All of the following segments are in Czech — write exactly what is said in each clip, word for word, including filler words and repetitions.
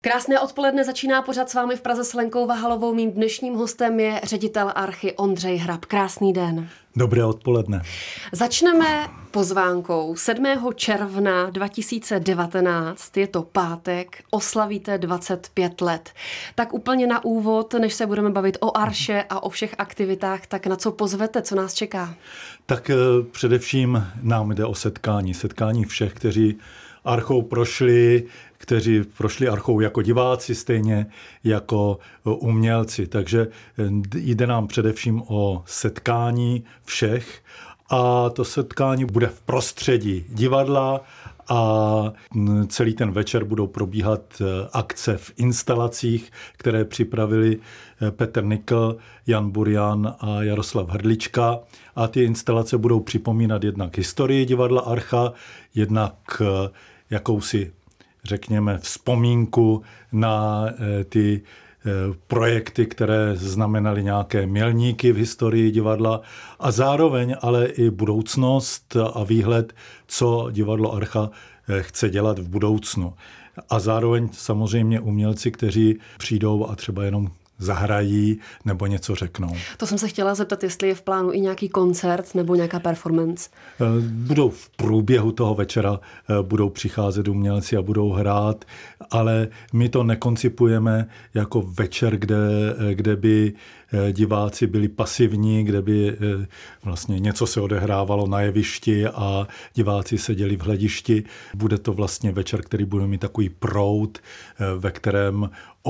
Krásné odpoledne, začíná pořad s vámi v Praze s Lenkou Vahalovou. Mým dnešním hostem je ředitel Archy Ondřej Hrab. Krásný den. Dobré odpoledne. Začneme pozvánkou. sedmého června dva tisíce devatenáct, je to pátek, oslavíte dvacet pět let. Tak úplně na úvod, než se budeme bavit o Arše a o všech aktivitách, tak na co pozvete, co nás čeká? Tak především nám jde o setkání. Setkání všech, kteří Archou prošli, kteří prošli Archou jako diváci, stejně jako umělci. Takže jde nám především o setkání všech a to setkání bude v prostředí divadla a celý ten večer budou probíhat akce v instalacích, které připravili Petr Nikl, Jan Burian a Jaroslav Hrdlička. A ty instalace budou připomínat jednak historii divadla Archa, jednak jakousi, řekněme, vzpomínku na ty projekty, které znamenaly nějaké milníky v historii divadla a zároveň ale i budoucnost a výhled, co divadlo Archa chce dělat v budoucnu. A zároveň samozřejmě umělci, kteří přijdou a třeba jenom zahrají nebo něco řeknou. To jsem se chtěla zeptat, jestli je v plánu i nějaký koncert nebo nějaká performance. Budou v průběhu toho večera budou přicházet umělci a budou hrát, ale my to nekoncipujeme jako večer, kde, kde by diváci byli pasivní, kde by vlastně něco se odehrávalo na jevišti a diváci seděli v hledišti. Bude to vlastně večer, který bude mít takový proud, ve kterém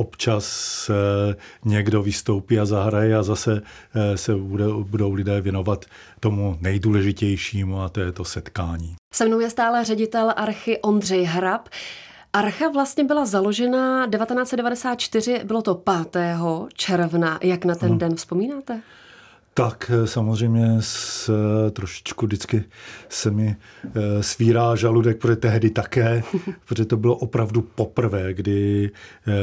občas někdo vystoupí a zahraje a zase se budou lidé věnovat tomu nejdůležitějšímu a to je to setkání. Se mnou je stále ředitel Archy Ondřej Hrab. Archa vlastně byla založena devatenáct set devadesát čtyři, bylo to pátého června. Jak na ten no. den vzpomínáte? Tak samozřejmě s, trošičku vždycky se mi svírá žaludek, protože tehdy také, protože to bylo opravdu poprvé, kdy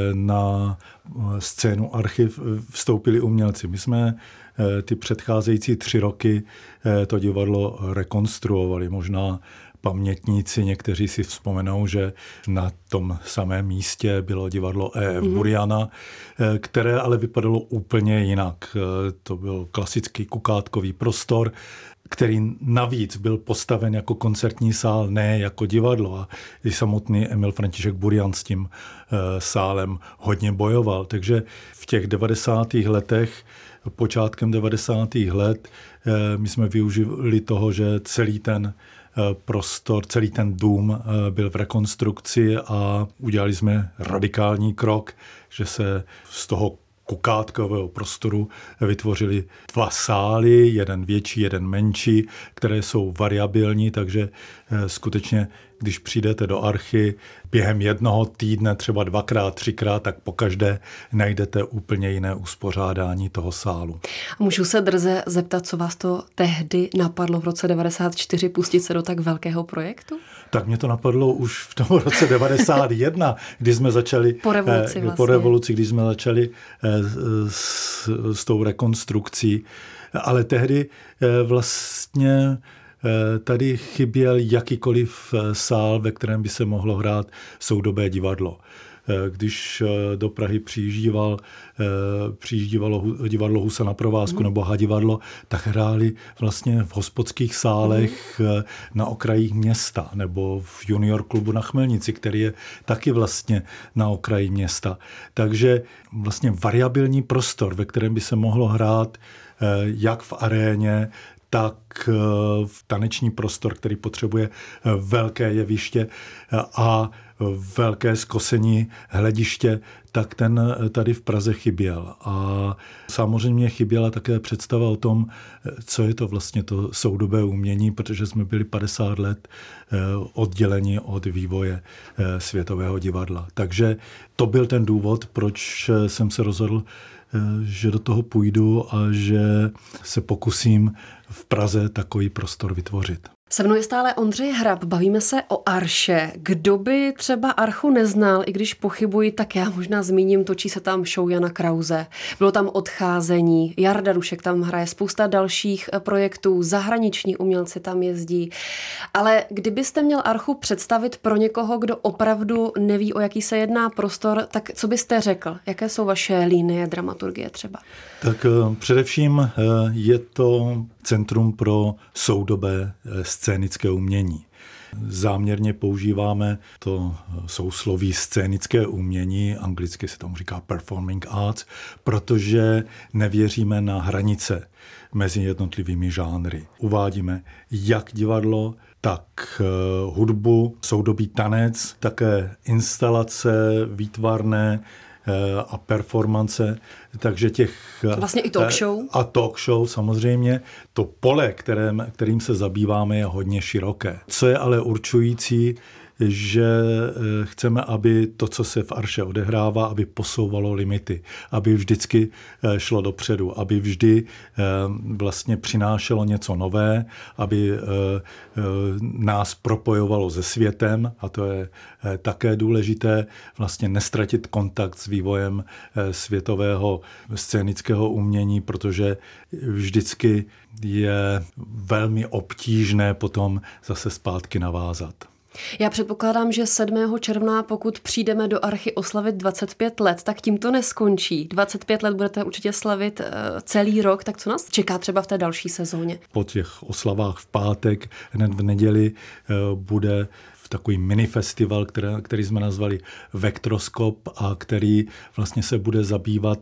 na scénu Archy vstoupili umělci. My jsme ty předcházející tři roky to divadlo rekonstruovali. Možná pamětníci, někteří si vzpomenou, že na tom samém místě bylo divadlo E F Buriana, které ale vypadalo úplně jinak. To byl klasický kukátkový prostor, který navíc byl postaven jako koncertní sál, ne jako divadlo. A i samotný Emil František Burian s tím sálem hodně bojoval. Takže v těch devadesátých letech, počátkem devadesátých let, my jsme využili toho, že celý ten prostor, celý ten dům byl v rekonstrukci a udělali jsme radikální krok, že se z toho kukátkového prostoru vytvořili dva sály, jeden větší, jeden menší, které jsou variabilní, takže skutečně, když přijdete do Archy během jednoho týdne, třeba dvakrát, třikrát, tak pokaždé najdete úplně jiné uspořádání toho sálu. Můžu se drze zeptat, co vás to tehdy napadlo v roce devadesát čtyři pustit se do tak velkého projektu? Tak mě to napadlo už v tom roce devadesát jedna, kdy jsme začali po revoluci, vlastně. po revoluci, když jsme začali s, s tou rekonstrukcí. Ale tehdy vlastně tady chyběl jakýkoliv sál, ve kterém by se mohlo hrát soudobé divadlo. Když do Prahy přijíždíval, přijíždívalo divadlo Husa na provázku mm. nebo Hadivadlo, tak hráli vlastně v hospodských sálech mm. na okrajích města nebo v junior klubu na Chmelnici, který je taky vlastně na okraji města. Takže vlastně variabilní prostor, ve kterém by se mohlo hrát jak v aréně, tak v taneční prostor, který potřebuje velké jeviště a velké skosení hlediště, tak ten tady v Praze chyběl. A samozřejmě chyběla také představa o tom, co je to vlastně to soudobé umění, protože jsme byli padesát let odděleni od vývoje světového divadla. Takže to byl ten důvod, proč jsem se rozhodl, že do toho půjdu a že se pokusím v Praze takový prostor vytvořit. Se mnou je stále Ondřej Hrab, bavíme se o Arše. Kdo by třeba Archu neznal, i když pochybuji, tak já možná zmíním, točí se tam show Jana Krause. Bylo tam Odcházení, Jarda Rušek tam hraje, spousta dalších projektů, zahraniční umělci tam jezdí. Ale kdybyste měl Archu představit pro někoho, kdo opravdu neví, o jaký se jedná prostor, tak co byste řekl? Jaké jsou vaše linie dramaturgie třeba? Tak především je to Centrum pro soudobé scénické umění. Záměrně používáme to sousloví scénické umění, anglicky se tomu říká performing arts, protože nevěříme na hranice mezi jednotlivými žánry. Uvádíme jak divadlo, tak hudbu, soudobý tanec, také instalace výtvarné a performance, takže těch... Vlastně i talk show. A talk show samozřejmě. To pole, kterým, kterým se zabýváme, je hodně široké. Co je ale určující, že chceme, aby to, co se v Arše odehrává, aby posouvalo limity, aby vždycky šlo dopředu, aby vždy vlastně přinášelo něco nové, aby nás propojovalo se světem, a to je také důležité, vlastně nestratit kontakt s vývojem světového scénického umění, protože vždycky je velmi obtížné potom zase zpátky navázat. Já předpokládám, že sedmého června, pokud přijdeme do Archy oslavit dvacet pět let, tak tím to neskončí. dvacet pět let budete určitě slavit celý rok, tak co nás čeká třeba v té další sezóně? Po těch oslavách v pátek, hned v neděli bude takový minifestival, který, který jsme nazvali Vektroskop a který vlastně se bude zabývat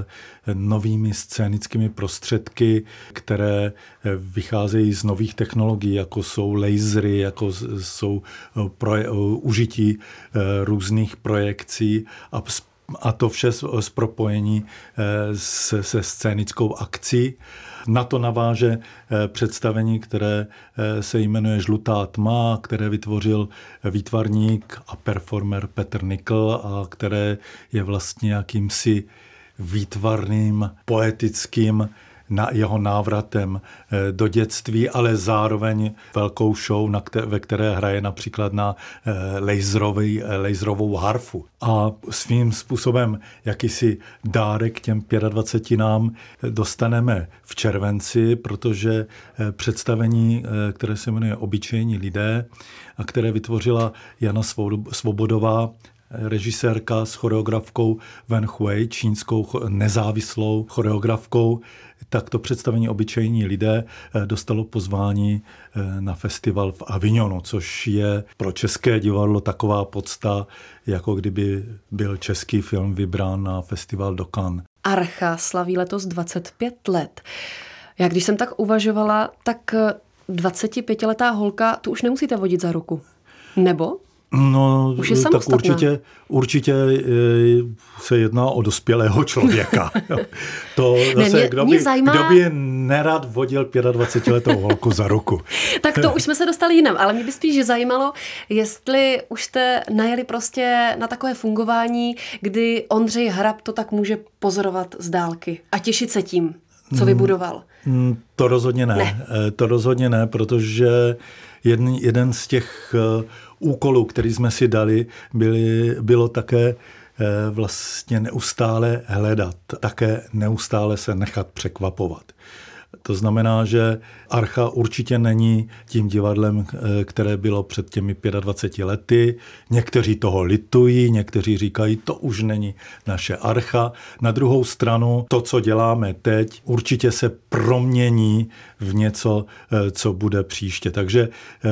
novými scénickými prostředky, které vycházejí z nových technologií, jako jsou lasery, jako jsou proje, užití různých projekcí a a to vše z propojení se, se scénickou akcí. Na to naváže představení, které se jmenuje Žlutá tma, které vytvořil výtvarník a performer Petr Nikl a které je vlastně jakýmsi výtvarným, poetickým na jeho návratem do dětství, ale zároveň velkou show, na které, ve které hraje například na laserový, laserovou harfu. A svým způsobem jakýsi dárek těm dvaceti pěti dostaneme v červenci, protože představení, které se jmenuje Obyčejní lidé a které vytvořila Jana Svobodová, režisérka s choreografkou Wen Hui, čínskou nezávislou choreografkou, tak to představení Obyčejní lidé dostalo pozvání na festival v Avignonu, což je pro české divadlo taková podsta, jako kdyby byl český film vybrán na festival do Cannes. Archa slaví letos dvacet pět let. Já když jsem tak uvažovala, tak dvacetipětiletá holka, tu už nemusíte vodit za ruku. Nebo? No, tak určitě, určitě se jedná o dospělého člověka. To zase, ne, mě, kdo, by, mě zajímá... kdo by nerad vodil dvacetipětiletou holku za ruku. Tak to už jsme se dostali jinam, ale mě by spíš zajímalo, jestli už jste najeli prostě na takové fungování, kdy Ondřej Hrab to tak může pozorovat z dálky a těšit se tím, co vybudoval. To rozhodně ne. ne. To rozhodně ne, protože jeden, jeden z těch úkolů, který jsme si dali, byly, bylo také vlastně neustále hledat, také neustále se nechat překvapovat. To znamená, že Archa určitě není tím divadlem, které bylo před těmi dvaceti pěti lety. Někteří toho litují, někteří říkají, to už není naše Archa. Na druhou stranu, to, co děláme teď, určitě se promění v něco, co bude příště. Takže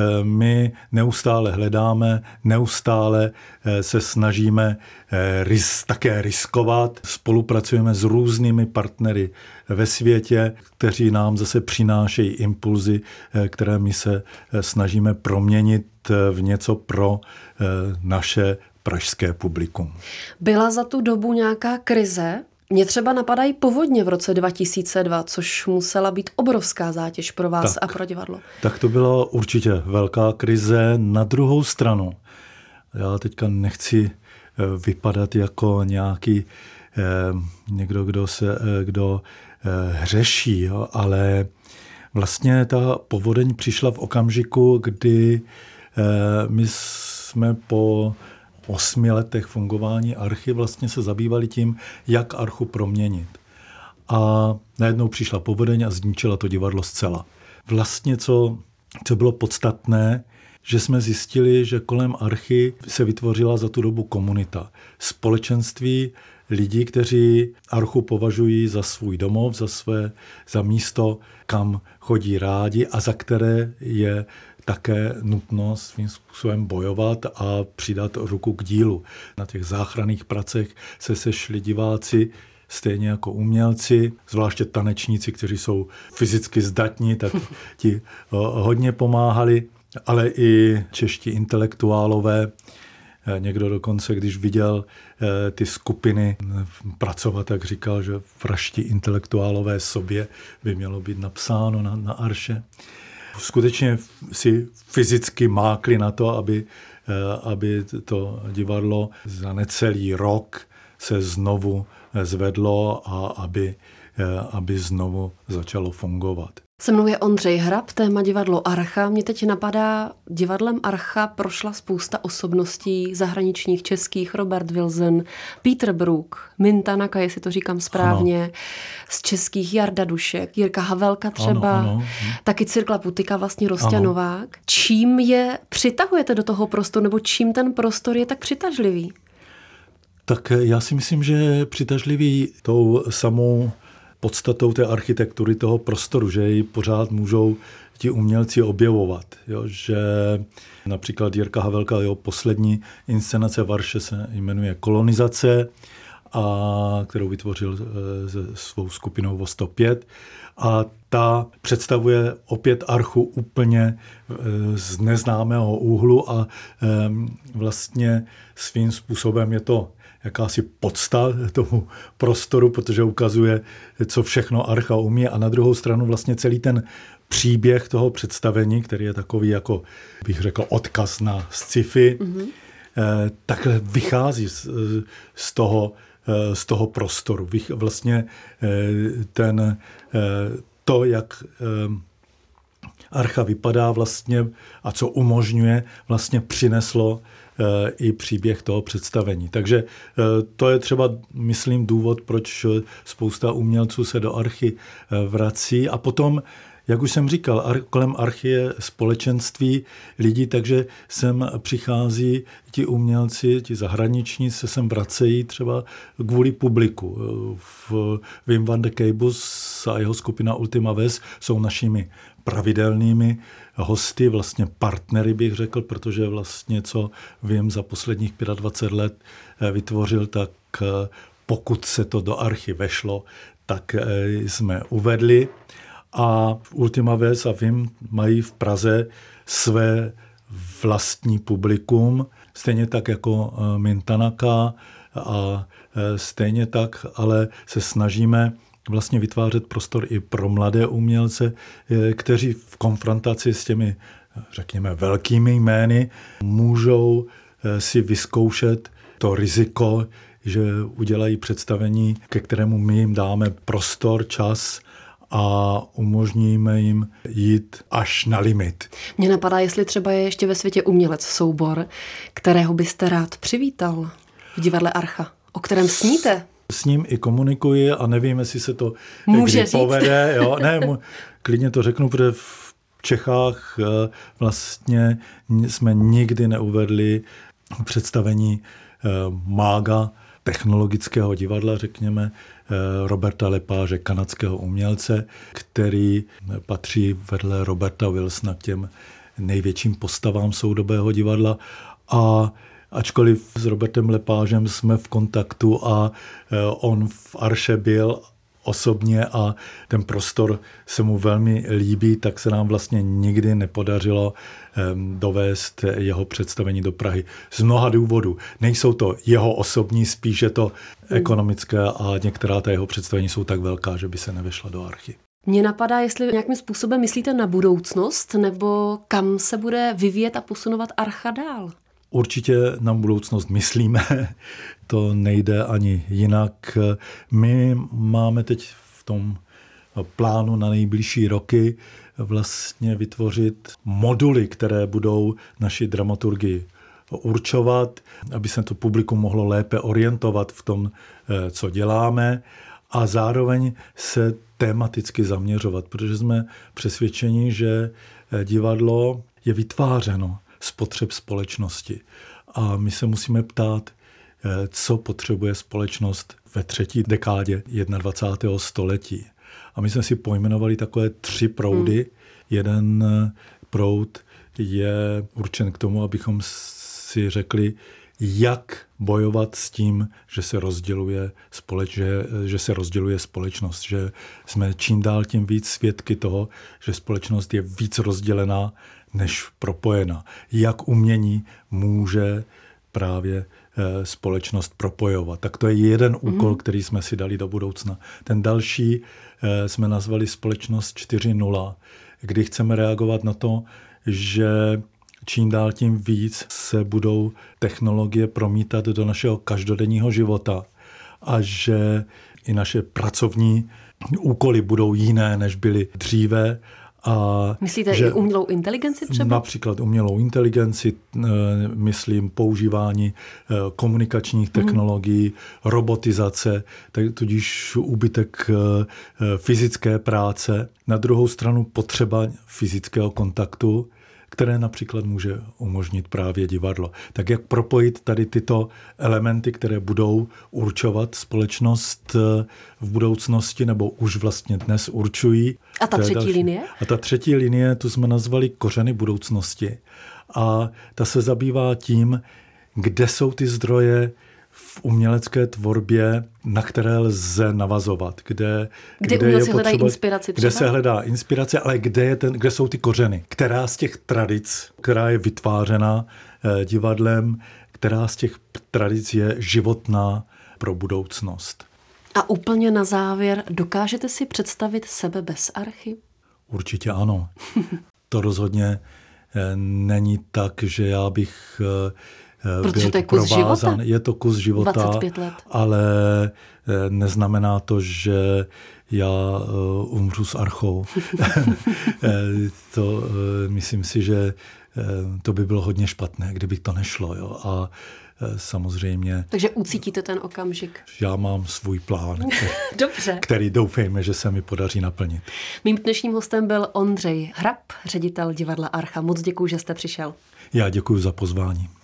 my neustále hledáme, neustále se snažíme ris, také riskovat. Spolupracujeme s různými partnery ve světě, kteří nám zase přinášejí impulzy, které my se snažíme proměnit v něco pro naše pražské publikum. Byla za tu dobu nějaká krize? Mně třeba napadají povodně v roce dva tisíce dva, což musela být obrovská zátěž pro vás tak, a pro divadlo. Tak to byla určitě velká krize. Na druhou stranu, já teďka nechci vypadat jako nějaký eh, někdo, kdo se, eh, kdo eh, hřeší, jo, ale Vlastně ta povodeň přišla v okamžiku, kdy my jsme po osmi letech fungování archy vlastně se zabývali tím, jak archu proměnit. A najednou přišla povodeň a zničila to divadlo zcela. Vlastně, co, co bylo podstatné, že jsme zjistili, že kolem archy se vytvořila za tu dobu komunita. Společenství lidí, kteří archu považují za svůj domov, za své, za místo, kam chodí rádi a za které je také nutno svým způsobem bojovat a přidat ruku k dílu. Na těch záchranných pracech se sešli diváci, stejně jako umělci, zvláště tanečníci, kteří jsou fyzicky zdatní, tak ti hodně pomáhali, ale i čeští intelektuálové. Někdo dokonce, když viděl ty skupiny pracovat, tak říkal, že vraždí intelektuálové sobě by mělo být napsáno na, na arše. Skutečně si fyzicky mákli na to, aby, aby to divadlo za necelý rok se znovu zvedlo a aby, aby znovu začalo fungovat. Se mnou je Ondřej Hrab, téma divadlo Archa. Mně teď napadá, divadlem Archa prošla spousta osobností zahraničních, českých, Robert Wilson, Peter Brook, Min Tanaka, jestli to říkám správně, ano. Z českých Jarda Dušek, Jirka Havelka třeba, ano, ano. Taky Cirkla Putika, vlastně Rostě ano. Novák. Čím je přitahujete do toho prostoru, nebo čím ten prostor je tak přitažlivý? Tak já si myslím, že je přitažlivý tou samou podstatou té architektury toho prostoru, že ji pořád můžou ti umělci objevovat. Jo? Že například Jirka Havelka, jeho poslední inscenace v Arše se jmenuje Kolonizace, a kterou vytvořil se svou skupinou O sto pět. A ta představuje opět archu úplně z neznámého úhlu a vlastně svým způsobem je to jakási podsta tomu prostoru, protože ukazuje, co všechno archa umí, a na druhou stranu vlastně celý ten příběh toho představení, který je takový, jako bych řekl, odkaz na sci-fi, mm-hmm. eh, takhle vychází z, z, toho, eh, z toho prostoru. Vych, vlastně eh, ten, eh, to, jak eh, archa vypadá vlastně a co umožňuje, vlastně přineslo i příběh toho představení. Takže to je třeba, myslím, důvod, proč spousta umělců se do archy vrací. A potom, jak už jsem říkal, kolem archy je společenství lidí, takže sem přichází ti umělci, ti zahraniční se sem vracejí třeba kvůli publiku. Wim van de Keibus a jeho skupina Ultima Ves jsou našimi pravidelnými hosty, vlastně partnery bych řekl, protože vlastně co Wim za posledních dvacet pět let vytvořil, tak pokud se to do archy vešlo, tak jsme uvedli. A Ultima Ves a Wim mají v Praze své vlastní publikum, stejně tak jako Min Tanaka a stejně tak, ale se snažíme vlastně vytvářet prostor i pro mladé umělce, kteří v konfrontaci s těmi, řekněme, velkými jmény můžou si vyzkoušet to riziko, že udělají představení, ke kterému my jim dáme prostor, čas a umožníme jim jít až na limit. Mně napadá, jestli třeba je ještě ve světě umělec soubor, kterého byste rád přivítal v divadle Archa, o kterém sníte. S ním i komunikuji a nevím, jestli se to Může kdy povede. Jo, ne, mu, klidně to řeknu, protože v Čechách vlastně jsme nikdy neuvedli představení mága technologického divadla, řekněme, Roberta Lepage, kanadského umělce, který patří vedle Roberta Wilsona k těm největším postavám soudobého divadla. A ačkoliv s Robertem Lepážem jsme v kontaktu a on v Arše byl osobně a ten prostor se mu velmi líbí, tak se nám vlastně nikdy nepodařilo dovést jeho představení do Prahy. Z mnoha důvodů. Nejsou to jeho osobní, spíše to ekonomické a některá ta jeho představení jsou tak velká, že by se nevešla do Archy. Mně napadá, jestli nějakým způsobem myslíte na budoucnost, nebo kam se bude vyvíjet a posunovat Archa dál? Určitě na budoucnost myslíme, to nejde ani jinak. My máme teď v tom plánu na nejbližší roky vlastně vytvořit moduly, které budou naši dramaturgii určovat, aby se to publikum mohlo lépe orientovat v tom, co děláme, a zároveň se tematicky zaměřovat, protože jsme přesvědčeni, že divadlo je vytvářeno z potřeb společnosti. A my se musíme ptát, co potřebuje společnost ve třetí dekádě dvacátého prvního století. A my jsme si pojmenovali takové tři proudy. Hmm. Jeden proud je určen k tomu, abychom si řekli, jak bojovat s tím, že se rozděluje, společ, že, že se rozděluje společnost, že jsme čím dál tím víc svědky toho, že společnost je víc rozdělená než propojená. Jak umění může právě společnost propojovat. Tak to je jeden úkol, který jsme si dali do budoucna. Ten další jsme nazvali společnost čtyři tečka nula, kdy chceme reagovat na to, že čím dál tím víc se budou technologie promítat do našeho každodenního života a že i naše pracovní úkoly budou jiné, než byly dříve. A myslíte že i umělou inteligenci třeba? Například umělou inteligenci, myslím používání komunikačních technologií, mm. robotizace, tak tudíž úbytek fyzické práce. Na druhou stranu potřeba fyzického kontaktu, které například může umožnit právě divadlo. Tak jak propojit tady tyto elementy, které budou určovat společnost v budoucnosti, nebo už vlastně dnes určují. A ta třetí další. linie? A ta třetí linie, tu jsme nazvali kořeny budoucnosti. A ta se zabývá tím, kde jsou ty zdroje v umělecké tvorbě, na které lze navazovat. Kde, kde, kde umělci hledají inspiraci třeba? Kde se hledá inspirace, ale kde, je ten, kde jsou ty kořeny. Která z těch tradic, která je vytvářena eh, divadlem, která z těch tradic je životná pro budoucnost. A úplně na závěr, dokážete si představit sebe bez archy? Určitě ano. To rozhodně eh, není tak, že já bych... Eh, Protože to je kus života. Je to kus života, dvacet pět let. Ale neznamená to, že já umřu s archou. To myslím si, že to by bylo hodně špatné, kdyby to nešlo. Jo. A samozřejmě... Takže ucítíte ten okamžik. Já mám svůj plán, Dobře. který doufejme, že se mi podaří naplnit. Mým dnešním hostem byl Ondřej Hrab, ředitel divadla Archa. Moc děkuji, že jste přišel. Já děkuji za pozvání.